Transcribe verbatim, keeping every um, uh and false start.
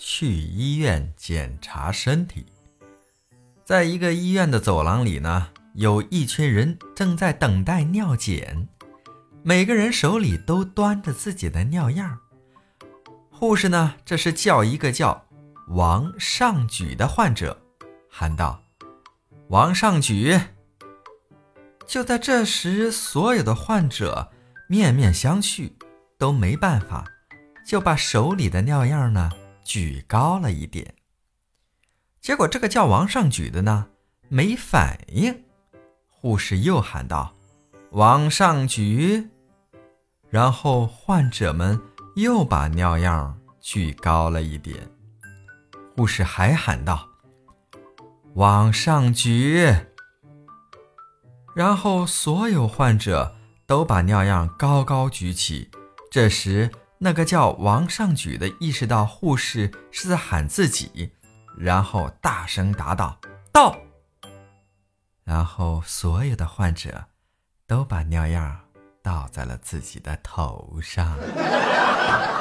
去医院检查身体。在一个医院的走廊里呢，有一群人正在等待尿检，每个人手里都端着自己的尿样。护士呢，这是叫一个叫王尚举的患者，喊道：王尚举。就在这时，所有的患者面面相觑，都没办法，就把手里的尿样呢举高了一点。结果这个叫王尚举的呢没反应，护士又喊道：王尚举。然后患者们又把尿样举高了一点，护士还喊道：王尚举。然后所有患者都把尿样高高举起。这时那个叫王尚举的意识到护士是在喊自己，然后大声答道：到。然后所有的患者都把尿样倒在了自己的头上。